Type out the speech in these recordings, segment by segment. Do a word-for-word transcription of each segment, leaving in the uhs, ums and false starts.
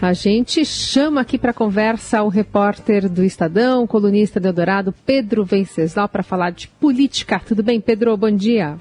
A gente chama aqui para conversa o repórter do Estadão, colunista do Eldorado, Pedro Venceslau, para falar de política. Tudo bem, Pedro? Bom dia.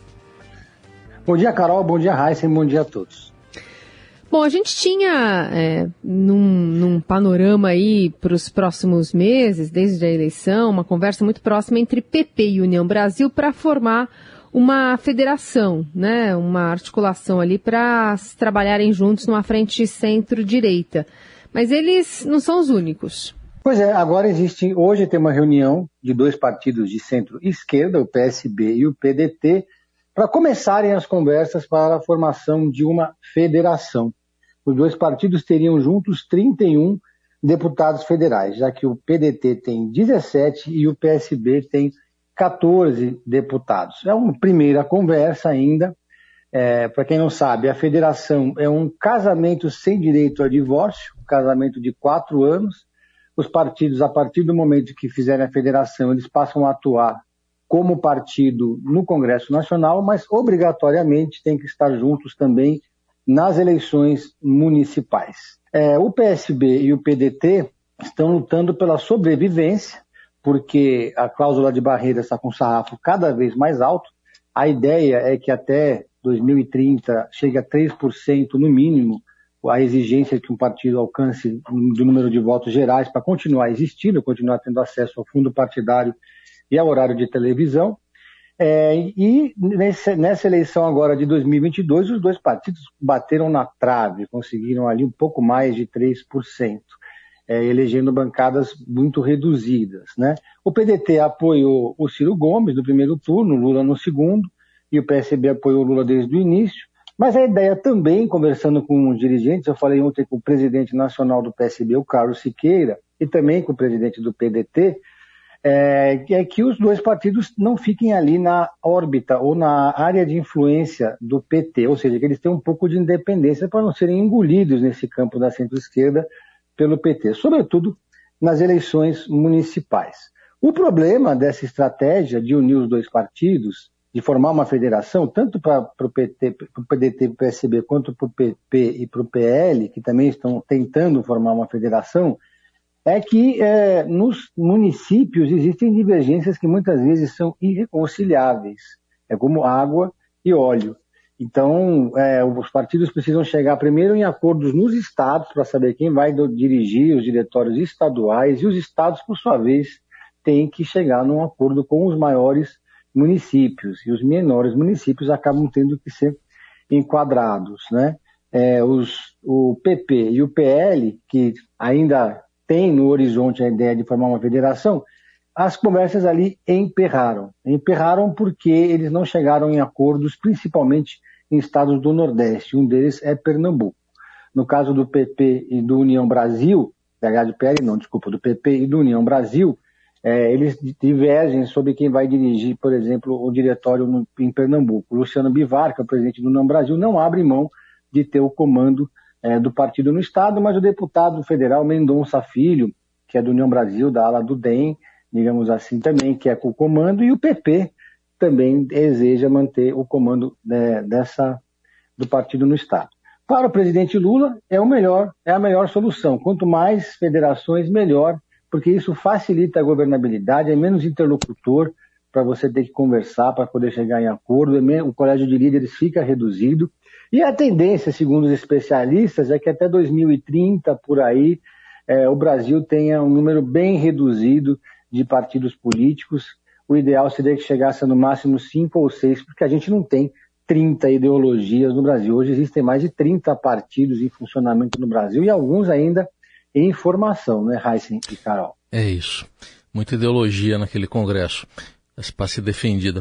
Bom dia, Carol. Bom dia, Raíssa. Bom dia a todos. Bom, a gente tinha, é, num, num panorama aí para os próximos meses, desde a eleição, uma conversa muito próxima entre P P e União Brasil para formar uma federação, né, uma articulação ali para trabalharem juntos numa frente centro-direita. Mas eles não são os únicos. Pois é, agora existe, hoje tem uma reunião de dois partidos de centro-esquerda, o P S B e o P D T, para começarem as conversas para a formação de uma federação. Os dois partidos teriam juntos trinta e um deputados federais, já que o P D T tem dezessete e o P S B tem quatorze deputados. É uma primeira conversa ainda. É, para quem não sabe, a federação é um casamento sem direito a divórcio, um casamento de quatro anos. Os partidos, a partir do momento que fizerem a federação, eles passam a atuar como partido no Congresso Nacional, mas obrigatoriamente tem que estar juntos também nas eleições municipais. É, o P S B e o P D T estão lutando pela sobrevivência, porque a cláusula de barreira está com o sarrafo cada vez mais alto. A ideia é que até dois mil e trinta chegue a três por cento no mínimo a exigência que um partido alcance do número de votos gerais para continuar existindo, continuar tendo acesso ao fundo partidário e ao horário de televisão. É, e nesse, nessa eleição agora de dois mil e vinte e dois, os dois partidos bateram na trave, conseguiram ali um pouco mais de três por cento. É, elegendo bancadas muito reduzidas, né? O P D T apoiou o Ciro Gomes no primeiro turno, Lula no segundo, e o P S B apoiou o Lula desde o início. Mas a ideia também, conversando com os dirigentes, eu falei ontem com o presidente nacional do P S B, o Carlos Siqueira, e também com o presidente do P D T, é, é que os dois partidos não fiquem ali na órbita ou na área de influência do P T, ou seja, que eles tenham um pouco de independência para não serem engolidos nesse campo da centro-esquerda pelo P T, sobretudo nas eleições municipais. O problema dessa estratégia de unir os dois partidos, de formar uma federação, tanto para o P T, para o P D T e para o P S B, quanto para o P P e para o P L, que também estão tentando formar uma federação, é que é, nos municípios existem divergências que muitas vezes são irreconciliáveis. É como água e óleo. Então, é, os partidos precisam chegar primeiro em acordos nos estados para saber quem vai do, dirigir os diretórios estaduais, e os estados, por sua vez, têm que chegar num acordo com os maiores municípios, e os menores municípios acabam tendo que ser enquadrados, né? É, os, o P P e o P L, que ainda têm no horizonte a ideia de formar uma federação, as conversas ali emperraram. Emperraram porque eles não chegaram em acordos, principalmente em estados do Nordeste. Um deles é Pernambuco. No caso do P P e do União Brasil, aliás, do P L não, desculpa, do P P e do União Brasil, é, eles divergem sobre quem vai dirigir, por exemplo, o diretório no, em Pernambuco. O Luciano Bivar, que é o presidente do União Brasil, não abre mão de ter o comando é, do partido no estado, mas o deputado federal Mendonça Filho, que é do União Brasil, da ala do D E M, digamos assim, também, que é com o comando, e o P P também deseja manter o comando né, dessa, do partido no estado. Para o presidente Lula, é, o melhor, é a melhor solução. Quanto mais federações, melhor, porque isso facilita a governabilidade, é menos interlocutor para você ter que conversar, para poder chegar em acordo, o colégio de líderes fica reduzido, e a tendência, segundo os especialistas, é que até dois mil e trinta, por aí, é, o Brasil tenha um número bem reduzido de partidos políticos. O ideal seria que chegasse a no máximo cinco ou seis, porque a gente não tem trinta ideologias no Brasil. Hoje existem mais de trinta partidos em funcionamento no Brasil e alguns ainda em formação, né, Heisen e Carol? É isso. Muita ideologia naquele congresso para ser defendida.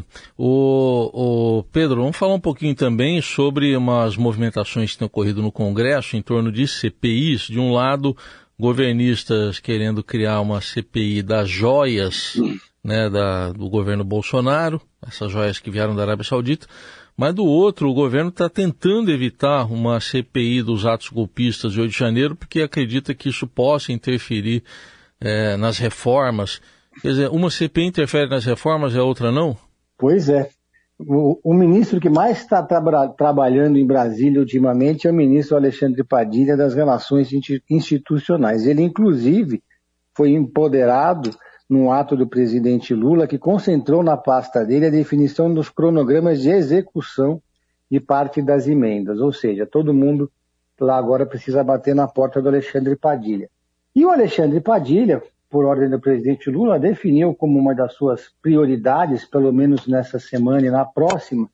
O, o Pedro, vamos falar um pouquinho também sobre umas movimentações que têm ocorrido no Congresso em torno de C P Is. De um lado, governistas querendo criar uma C P I das joias, né, da, do governo Bolsonaro, essas joias que vieram da Arábia Saudita, mas do outro, o governo está tentando evitar uma C P I dos atos golpistas de oito de janeiro, porque acredita que isso possa interferir é, nas reformas. Quer dizer, uma C P I interfere nas reformas e a outra não? Pois é. O, o ministro que mais está tra- trabalhando em Brasília ultimamente é o ministro Alexandre Padilha das Relações Institucionais. Ele, inclusive, foi empoderado num ato do presidente Lula que concentrou na pasta dele a definição dos cronogramas de execução de parte das emendas. Ou seja, todo mundo lá agora precisa bater na porta do Alexandre Padilha. E o Alexandre Padilha, por ordem do presidente Lula, definiu como uma das suas prioridades, pelo menos nessa semana e na próxima,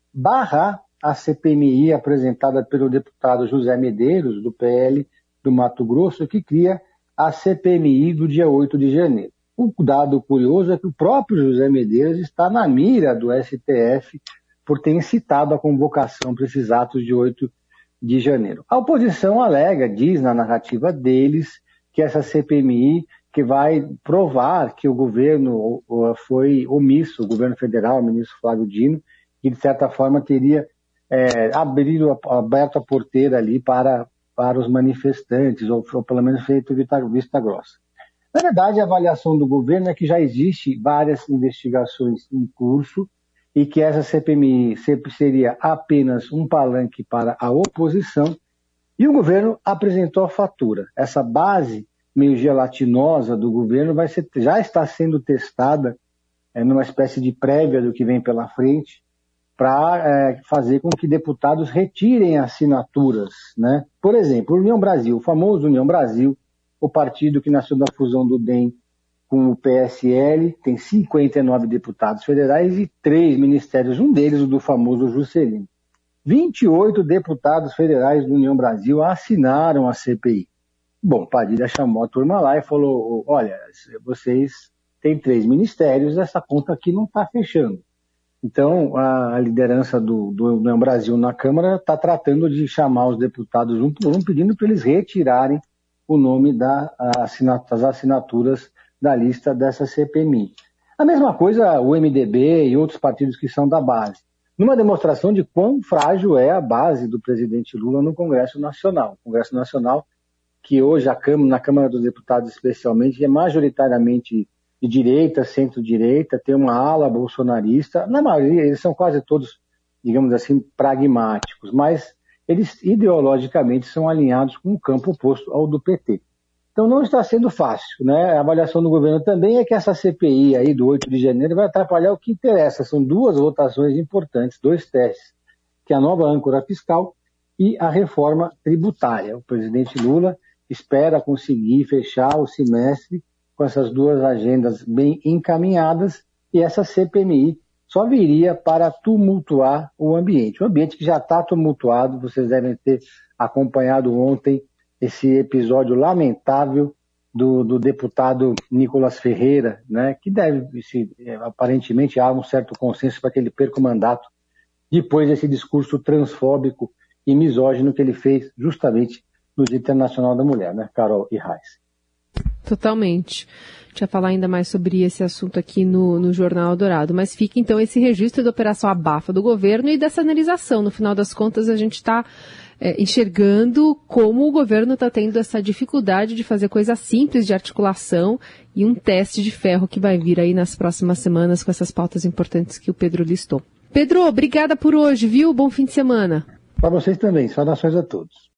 barrar a C P M I apresentada pelo deputado José Medeiros, do P L do Mato Grosso, que cria a C P M I do dia oito de janeiro. O dado curioso é que o próprio José Medeiros está na mira do S T F por ter incitado a convocação para esses atos de oito de janeiro. A oposição alega, diz na narrativa deles, que essa C P M I que vai provar que o governo foi omisso, o governo federal, o ministro Flávio Dino, que de certa forma teria é, abrido, aberto a porteira ali para, para os manifestantes, ou, ou pelo menos feito vista, vista grossa. Na verdade, a avaliação do governo é que já existe várias investigações em curso e que essa C P M I seria apenas um palanque para a oposição, e o governo apresentou a fatura. Essa base meio gelatinosa do governo vai ser, já está sendo testada é, numa espécie de prévia do que vem pela frente para é, fazer com que deputados retirem assinaturas, né? Por exemplo, União Brasil, o famoso União Brasil, o partido que nasceu da fusão do D E M com o P S L, tem cinquenta e nove deputados federais e três ministérios, um deles o do famoso Juscelino. vinte e oito deputados federais do União Brasil assinaram a C P I. Bom, Padilha chamou a turma lá e falou, olha, vocês têm três ministérios, essa conta aqui não está fechando. Então, a liderança do, do União Brasil na Câmara está tratando de chamar os deputados um por um, pedindo para eles retirarem o nome da, assinat- das assinaturas da lista dessa C P M I. A mesma coisa o M D B e outros partidos que são da base, numa demonstração de quão frágil é a base do presidente Lula no Congresso Nacional. O Congresso Nacional, que hoje a Câmara, na Câmara dos Deputados especialmente, é majoritariamente de direita, centro-direita, tem uma ala bolsonarista, na maioria eles são quase todos, digamos assim, pragmáticos, mas eles ideologicamente são alinhados com o campo oposto ao do P T. Então não está sendo fácil, né? A avaliação do governo também é que essa C P I aí do oito de janeiro vai atrapalhar o que interessa. São duas votações importantes, dois testes, que é a nova âncora fiscal e a reforma tributária. O presidente Lula espera conseguir fechar o semestre com essas duas agendas bem encaminhadas e essa C P M I só viria para tumultuar o ambiente. O ambiente que já está tumultuado, vocês devem ter acompanhado ontem esse episódio lamentável do, do deputado Nicolas Ferreira, né, que deve, se, aparentemente, há um certo consenso para que ele perca o mandato depois desse discurso transfóbico e misógino que ele fez justamente no Dia Internacional da Mulher, né, Carol e Raiz. Totalmente. A gente vai falar ainda mais sobre esse assunto aqui no, no Jornal Dourado, mas fica então esse registro da operação abafa do governo e dessa analisação. No final das contas, a gente está é, enxergando como o governo está tendo essa dificuldade de fazer coisas simples de articulação e um teste de ferro que vai vir aí nas próximas semanas com essas pautas importantes que o Pedro listou. Pedro, obrigada por hoje, viu? Bom fim de semana. Para vocês também. Saudações a todos.